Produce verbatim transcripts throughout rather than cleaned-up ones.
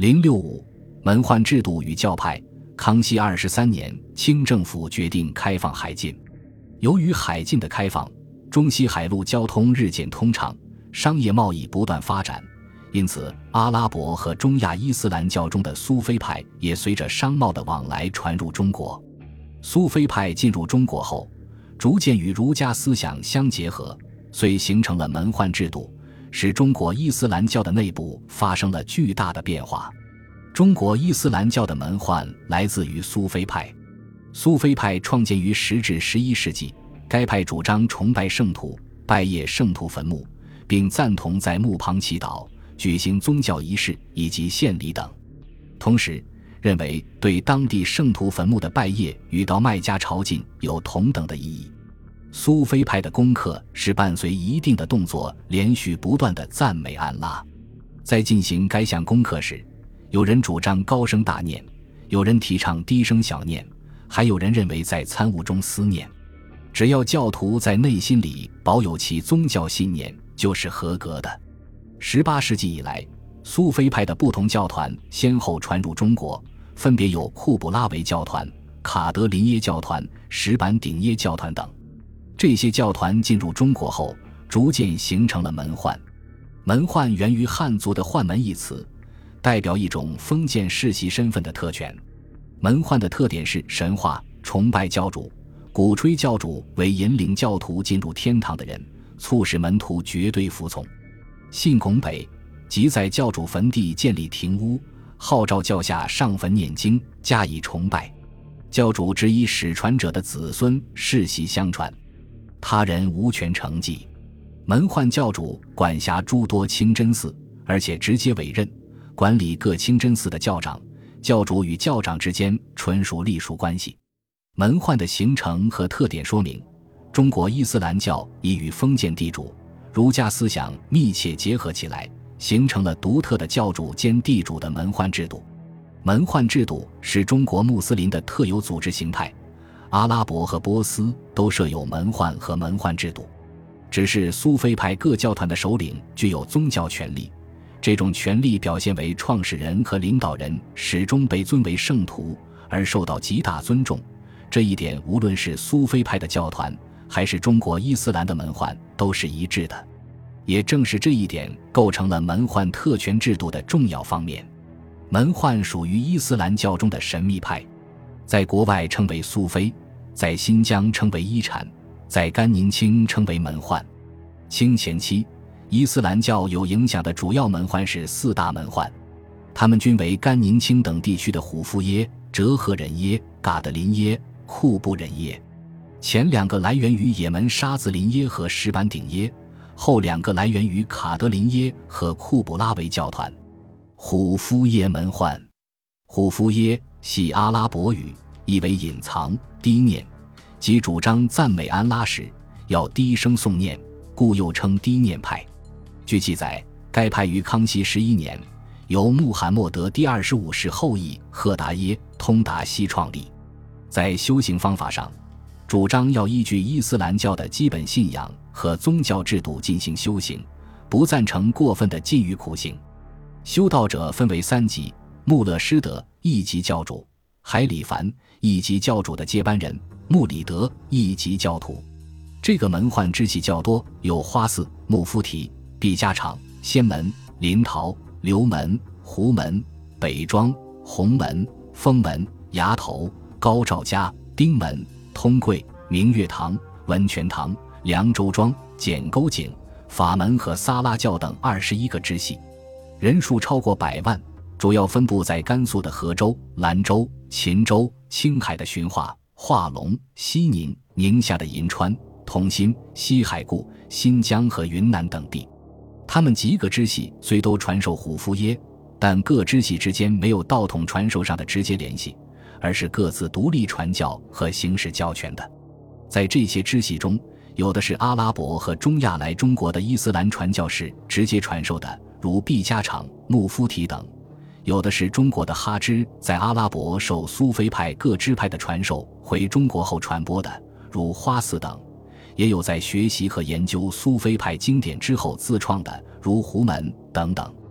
零六五门宦制度与教派。康熙二十三年，清政府决定开放海禁。由于海禁的开放，中西海陆交通日渐通畅，商业贸易不断发展，因此阿拉伯和中亚伊斯兰教中的苏菲派也随着商贸的往来传入中国。苏菲派进入中国后，逐渐与儒家思想相结合，遂形成了门宦制度，使中国伊斯兰教的内部发生了巨大的变化。中国伊斯兰教的门宦来自于苏菲派。苏菲派创建于十至十一世纪，该派主张崇拜圣徒，拜谒圣徒坟墓，并赞同在墓旁祈祷、举行宗教仪式以及献礼等。同时认为对当地圣徒坟墓的拜谒与到麦加朝觐有同等的意义。苏菲派的功课是伴随一定的动作连续不断地赞美安拉。在进行该项功课时，有人主张高声大念，有人提倡低声小念，还有人认为在参悟中思念。只要教徒在内心里保有其宗教信念，就是合格的。十八世纪以来，苏菲派的不同教团先后传入中国，分别有库卜拉维教团、卡德林耶教团、石板顶耶教团等。这些教团进入中国后，逐渐形成了门宦。门宦源于汉族的宦门一词，代表一种封建世袭身份的特权。门宦的特点是神化、崇拜教主，鼓吹教主为引领教徒进入天堂的人，促使门徒绝对服从。信拱北，即在教主坟地建立亭屋，号召教下上坟念经，加以崇拜。教主只以始传者的子孙世袭相传，他人无权承继。门宦教主管辖诸多清真寺，而且直接委任管理各清真寺的教长，教主与教长之间纯属隶属关系。门宦的形成和特点说明，中国伊斯兰教已与封建地主、儒家思想密切结合起来，形成了独特的教主兼地主的门宦制度。门宦制度是中国穆斯林的特有组织形态，阿拉伯和波斯都设有门宦和门宦制度，只是苏菲派各教团的首领具有宗教权力，这种权力表现为创始人和领导人始终被尊为圣徒而受到极大尊重。这一点无论是苏菲派的教团还是中国伊斯兰的门宦都是一致的，也正是这一点构成了门宦特权制度的重要方面。门宦属于伊斯兰教中的神秘派，在国外称为苏菲，在新疆称为伊产，在甘宁清称为门宦。清前期，伊斯兰教有影响的主要门宦是四大门宦，他们均为甘宁清等地区的虎夫耶、哲和人耶、噶德林耶、库布人耶。前两个来源于也门沙子林耶和石板顶耶，后两个来源于卡德林耶和库卜拉维教团。虎夫耶门宦，虎夫耶系阿拉伯语，意为隐藏、低念，即主张赞美安拉时要低声诵念，故又称低念派。据记载，该派于康熙十一年由穆罕默德第二十五世后裔赫达耶通达西创立。在修行方法上，主张要依据伊斯兰教的基本信仰和宗教制度进行修行，不赞成过分的禁欲苦行。修道者分为三级：穆勒施德一级教主，海里凡一级教主的接班人，穆里德一级教徒。这个门宦支系较多，有花寺、穆夫提、毕家场、仙门、临洮、刘门、胡门、北庄、洪门、封门、崖头、高照家、丁门、通贵、明月堂、温泉堂、凉州庄、剪沟井、法门和撒拉教等二十一个支系，人数超过百万，主要分布在甘肃的和州、兰州、秦州、青海的循化、化龙、西宁、宁夏的银川、通新、西海固、新疆和云南等地。他们几个支系虽都传授虎夫耶，但各支系之间没有道统传授上的直接联系，而是各自独立传教和行使教权的。在这些支系中，有的是阿拉伯和中亚来中国的伊斯兰传教士直接传授的，如毕家场、穆夫提等；有的是中国的哈支在阿拉伯受苏菲派各支派的传授回中国后传播的，如花寺等；也有在学习和研究苏菲派经典之后自创的，如胡门等等。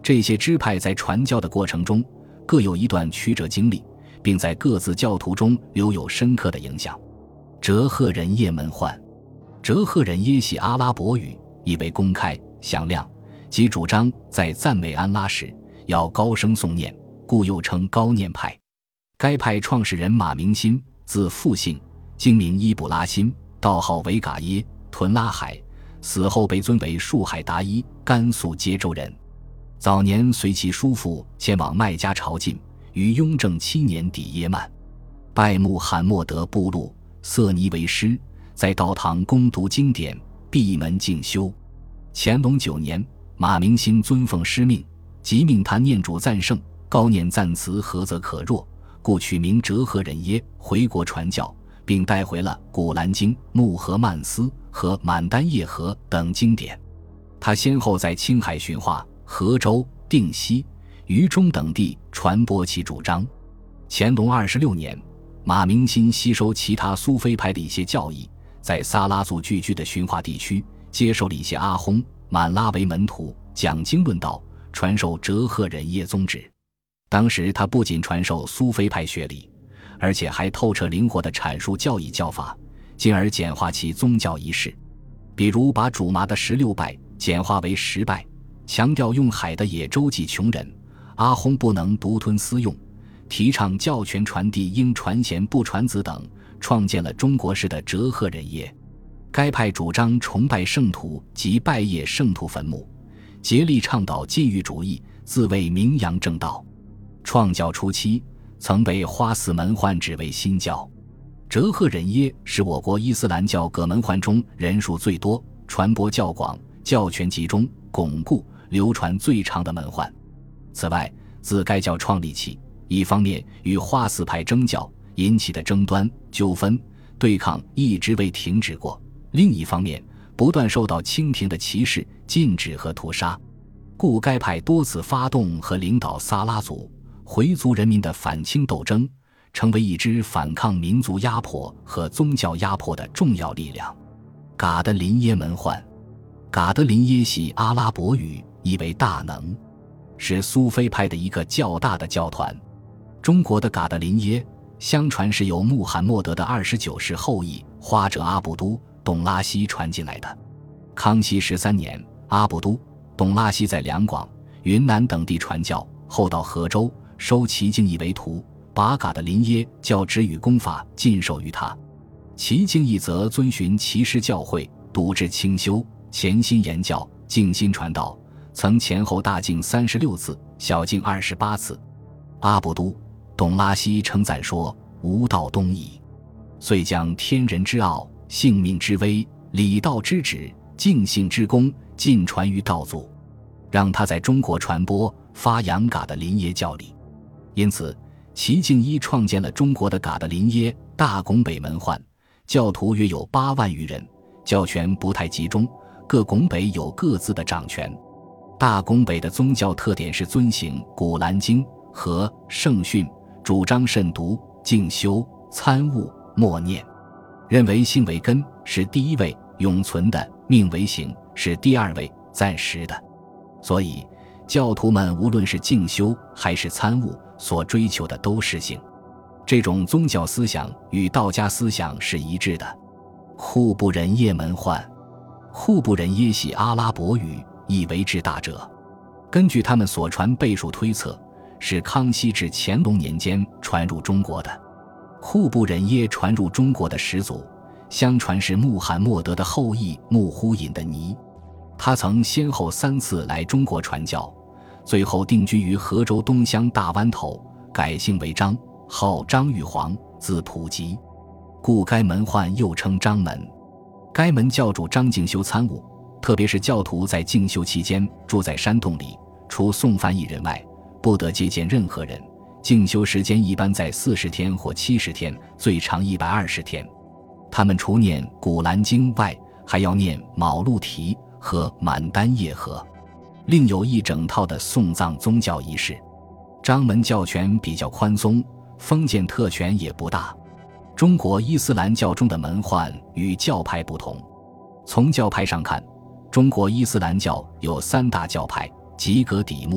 这些支派在传教的过程中各有一段曲折经历，并在各自教徒中留有深刻的影响。哲赫人耶门幻，哲赫人耶系阿拉伯语，意为公开响亮，即主张在赞美安拉时要高声诵念，故又称高念派。该派创始人马明心，字复姓，经名伊卜拉欣，道号为嘎耶，屯拉海，死后被尊为树海达伊，甘肃接州人。早年随其叔父前往麦加朝觐，于雍正七年抵耶曼，拜穆罕默德部落瑟尼为师，在道堂攻读经典，闭门静修。乾隆九年，马明心遵奉师命，即命他念主赞圣，高念赞词何则可若，故取名哲赫人耶，回国传教，并带回了《古兰经》、穆赫曼斯和满丹叶河等经典。他先后在青海训话、河州、定西、渝中等地传播其主张。乾隆二十六年，马明心吸收其他苏菲派的一些教义，在撒拉族聚居的训话地区接受了一些阿訇、满拉为门徒，讲经论道，传授哲赫人耶宗旨。当时他不仅传授苏菲派学理，而且还透彻灵活地阐述教义教法，进而简化其宗教仪式。比如把主麻的十六拜简化为十拜，强调用海的也周济穷人，阿訇不能独吞私用，提倡教权传递应传贤不传子等，创建了中国式的哲赫人耶。该派主张崇拜圣徒及拜谒圣徒坟墓，竭力倡导禁欲主义，自谓名扬正道。创教初期曾被花寺门幻指为新教。哲赫人耶是我国伊斯兰教各门幻中人数最多、传播较广、教权集中、巩固、流传最长的门幻。此外，自该教创立起，一方面与花寺派争教引起的争端、纠纷、对抗一直未停止过，另一方面不断受到清廷的歧视、禁止和屠杀，故该派多次发动和领导撒拉族、回族人民的反清斗争，成为一支反抗民族压迫和宗教压迫的重要力量。嘎德林耶门幻，嘎德林耶系阿拉伯语，意为大能，是苏菲派的一个较大的教团。中国的嘎德林耶相传是由穆罕默德的二十九世后裔花者阿卜都、董拉西传进来的。康熙十三年，阿卜都、董拉西在两广、云南等地传教，后到河州，收齐敬义为徒，把嘎德林耶教旨与功法尽授于他。齐敬义则遵循齐师教诲，笃志清修，潜心研教，静心传道，曾前后大敬三十六次，小敬二十八次。阿卜都、董拉西称赞说：“吾道东夷，遂将天人之奥、性命之危、礼道之旨、敬信之功尽传于道祖，让他在中国传播发扬嘎德林耶教理。”因此，齐敬一创建了中国的嘎德林耶大拱北门幻，教徒约有八万余人，教权不太集中，各拱北有各自的掌权。大拱北的宗教特点是遵行《古兰经》和圣训，主张慎独、静修、参悟、默念，认为性为根是第一位，永存的命为行是第二位，暂时的。所以教徒们无论是静修还是参悟，所追求的都是性。这种宗教思想与道家思想是一致的。户部人耶门幻，户部人耶系阿拉伯语，意为至大者。根据他们所传倍数推测，是康熙至乾隆年间传入中国的。户部人耶传入中国的始祖，相传是穆罕默德的后裔穆忽隐的尼。他曾先后三次来中国传教，最后定居于河州东乡大湾头，改姓为张，号张玉皇，字普吉，故该门幻又称张门。该门教主张静修参悟，特别是教徒在静修期间住在山洞里，除送饭一人外，不得接见任何人。静修时间一般在四十天或七十天，最长一百二十天。他们除念古兰经外，还要念卯路提和满丹叶河，另有一整套的送葬宗教仪式。张门教权比较宽松，封建特权也不大。中国伊斯兰教中的门幻与教派不同。从教派上看，中国伊斯兰教有三大教派，即格底木，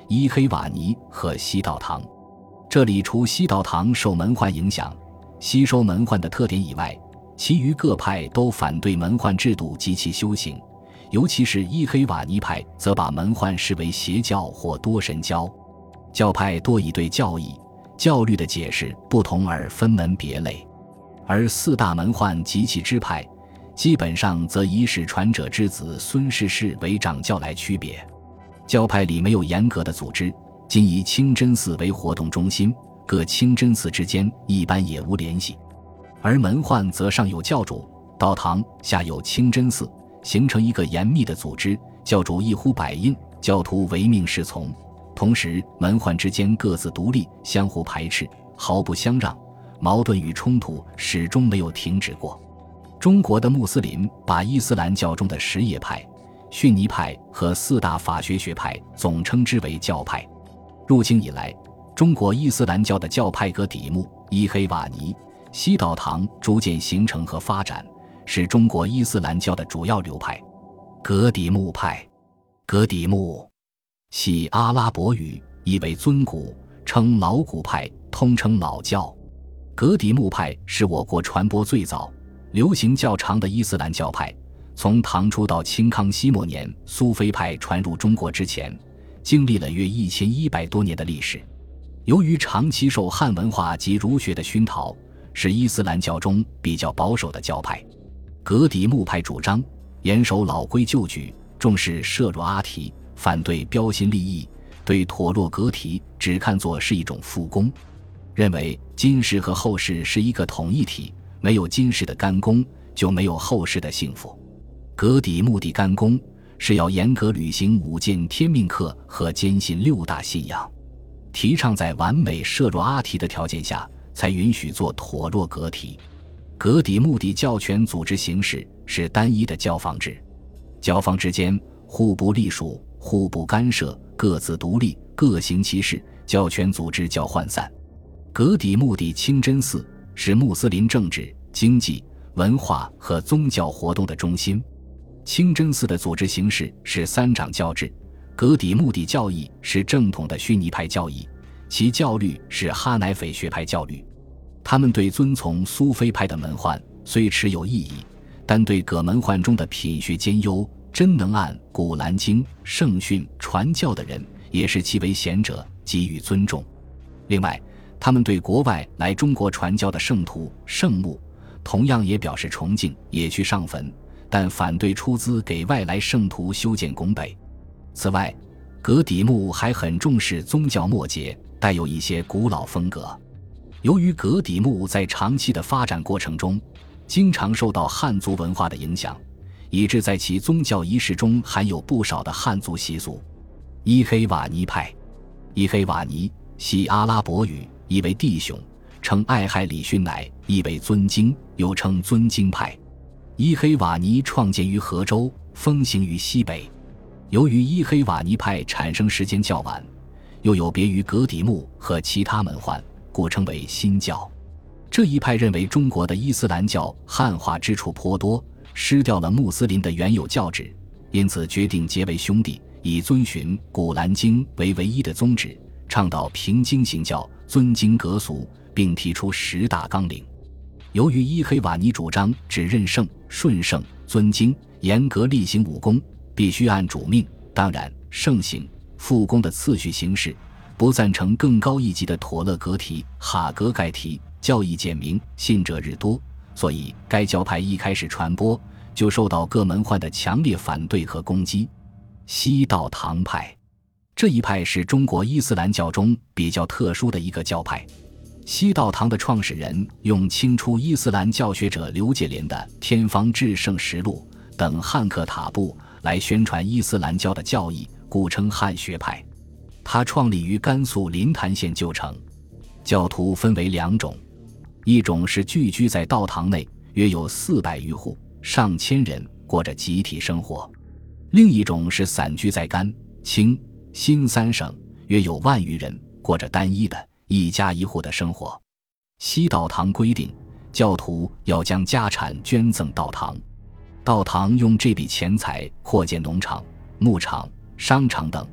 伊黑瓦尼和西道堂。这里除西道堂受门宦影响，吸收门宦的特点以外，其余各派都反对门宦制度及其修行，尤其是伊黑瓦尼派则把门宦视为邪教或多神教。教派多以对教义、教律的解释不同而分门别类，而四大门宦及其支派基本上则以始传者之子孙世世为掌教来区别。教派里没有严格的组织，仅以清真寺为活动中心，各清真寺之间一般也无联系。而门宦则上有教主、道堂，下有清真寺，形成一个严密的组织，教主一呼百应，教徒唯命是从。同时门宦之间各自独立，相互排斥，毫不相让，矛盾与冲突始终没有停止过。中国的穆斯林把伊斯兰教中的什叶派、逊尼派和四大法学学派总称之为教派。入清以来，中国伊斯兰教的教派格底木、伊黑瓦尼、西道堂逐渐形成和发展，是中国伊斯兰教的主要流派。格底木派，格底木系阿拉伯语，意为尊古，称老古派，通称老教。格底木派是我国传播最早、流行较长的伊斯兰教派，从唐初到清康熙末年苏菲派传入中国之前，经历了约一千一百多年的历史。由于长期受汉文化及儒学的熏陶，是伊斯兰教中比较保守的教派。格底木派主张严守老规旧矩，重视摄入阿提，反对标新立异，对妥洛格提只看作是一种复工，认为今世和后世是一个统一体，没有今世的干功，就没有后世的幸福。格底木的干功是要严格履行五件天命课和坚信六大信仰，提倡在完美摄入阿提的条件下才允许做妥洛格提。格底木的教权组织形式是单一的教坊制，教坊之间互不隶属，互不干涉，各自独立，各行其事，教权组织较涣散。格底木的清真寺是穆斯林政治、经济、文化和宗教活动的中心。清真寺的组织形式是三长教制，格底木的教义是正统的逊尼派教义，其教律是哈乃斐学派教律。他们对遵从苏菲派的门宦虽持有异议，但对各门宦中的品学兼优、真能按古兰经、圣训传教的人，也是其为贤者，给予尊重。另外，他们对国外来中国传教的圣徒、圣墓，同样也表示崇敬，也去上坟，但反对出资给外来圣徒修建拱北。此外，格底木还很重视宗教末节，带有一些古老风格。由于格底木在长期的发展过程中经常受到汉族文化的影响，以致在其宗教仪式中含有不少的汉族习俗。伊黑瓦尼派，伊黑瓦尼系阿拉伯语，意为弟兄，称艾亥里逊乃，意为尊经，又称尊经派。伊黑瓦尼创建于河州，风行于西北。由于伊黑瓦尼派产生时间较晚，又有别于格底木和其他门宦，故称为新教。这一派认为中国的伊斯兰教汉化之处颇多，失掉了穆斯林的原有教旨，因此决定结为兄弟，以遵循古兰经为唯一的宗旨，倡导平经行教，尊经格俗，并提出十大纲领。由于伊黑瓦尼主张只认圣、顺圣、尊经，严格例行武功，必须按主命，当然圣行、复功的次序行事，不赞成更高一级的妥勒格提、哈格盖提，教义简明，信者日多，所以该教派一开始传播就受到各门宦的强烈反对和攻击。西道堂派，这一派是中国伊斯兰教中比较特殊的一个教派。西道堂的创始人用清初伊斯兰教学者刘介莲的《天方至圣实录》等汉克塔布来宣传伊斯兰教的教义，故称汉学派。他创立于甘肃临潭县旧城，教徒分为两种，一种是聚居在道堂内，约有四百余户，上千人，过着集体生活；另一种是散居在甘、清、新三省，约有万余人，过着单一的一家一户的生活。西道堂规定，教徒要将家产捐赠道堂，道堂用这笔钱财扩建农场、牧场、商场等，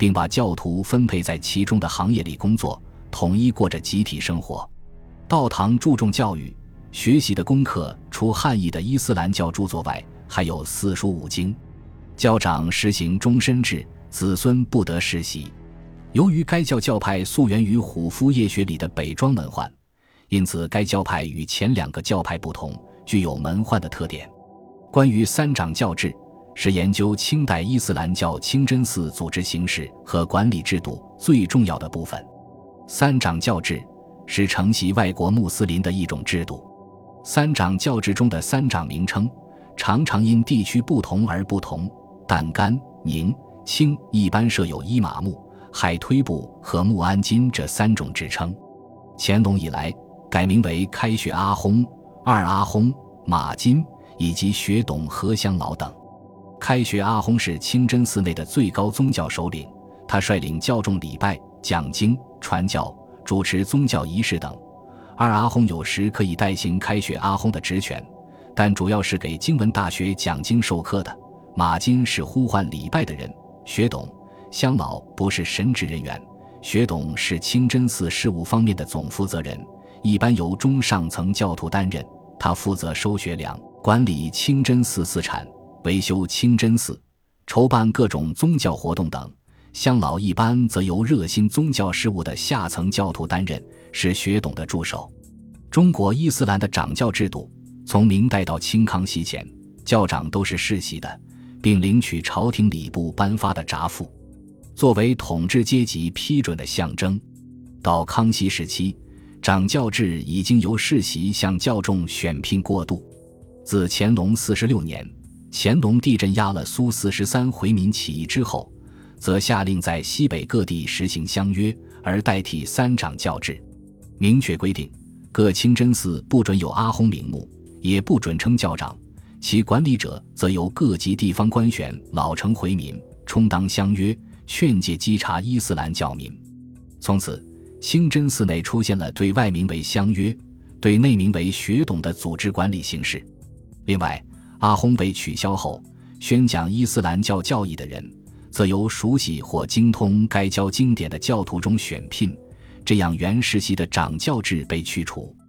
并把教徒分配在其中的行业里工作，统一过着集体生活。道堂注重教育，学习的功课除汉译的伊斯兰教著作外，还有四书五经。教长实行终身制，子孙不得世袭。由于该教教派溯源于虎夫叶学里的北庄门宦，因此该教派与前两个教派不同，具有门宦的特点。关于三长教制，是研究清代伊斯兰教清真寺组织形式和管理制度最重要的部分。三长教制是承袭外国穆斯林的一种制度。三长教制中的三长名称常常因地区不同而不同，但甘、宁、清一般设有伊玛目、海推部和穆安金这三种职称。乾隆以来改名为开学阿訇、二阿訇、马金以及学董和乡老等。开学阿訇是清真寺内的最高宗教首领，他率领教众礼拜、讲经、传教、主持宗教仪式等。二阿訇有时可以代行开学阿訇的职权，但主要是给经文大学讲经授课的。马金是呼唤礼拜的人，学董、乡老不是神职人员，学董是清真寺事务方面的总负责人，一般由中上层教徒担任，他负责收学粮，管理清真寺寺产，维修清真寺，筹办各种宗教活动等。乡老一般则由热心宗教事务的下层教徒担任，是学董的助手。中国伊斯兰的长教制度，从明代到清康熙前，教长都是世袭的，并领取朝廷礼部颁发的札付，作为统治阶级批准的象征。到康熙时期，长教制已经由世袭向教众选聘过渡。自乾隆四十六年，乾隆帝镇压了苏四十三回民起义之后，则下令在西北各地实行乡约，而代替三长教制。明确规定，各清真寺不准有阿訇名目，也不准称教长，其管理者则由各级地方官选老成回民，充当乡约，劝诫稽查伊斯兰教民。从此，清真寺内出现了对外名为乡约，对内名为学董的组织管理形式。另外，阿訇被取消后，宣讲伊斯兰教教义的人则由熟悉或精通该教经典的教徒中选聘，这样原世袭的长教制被去除。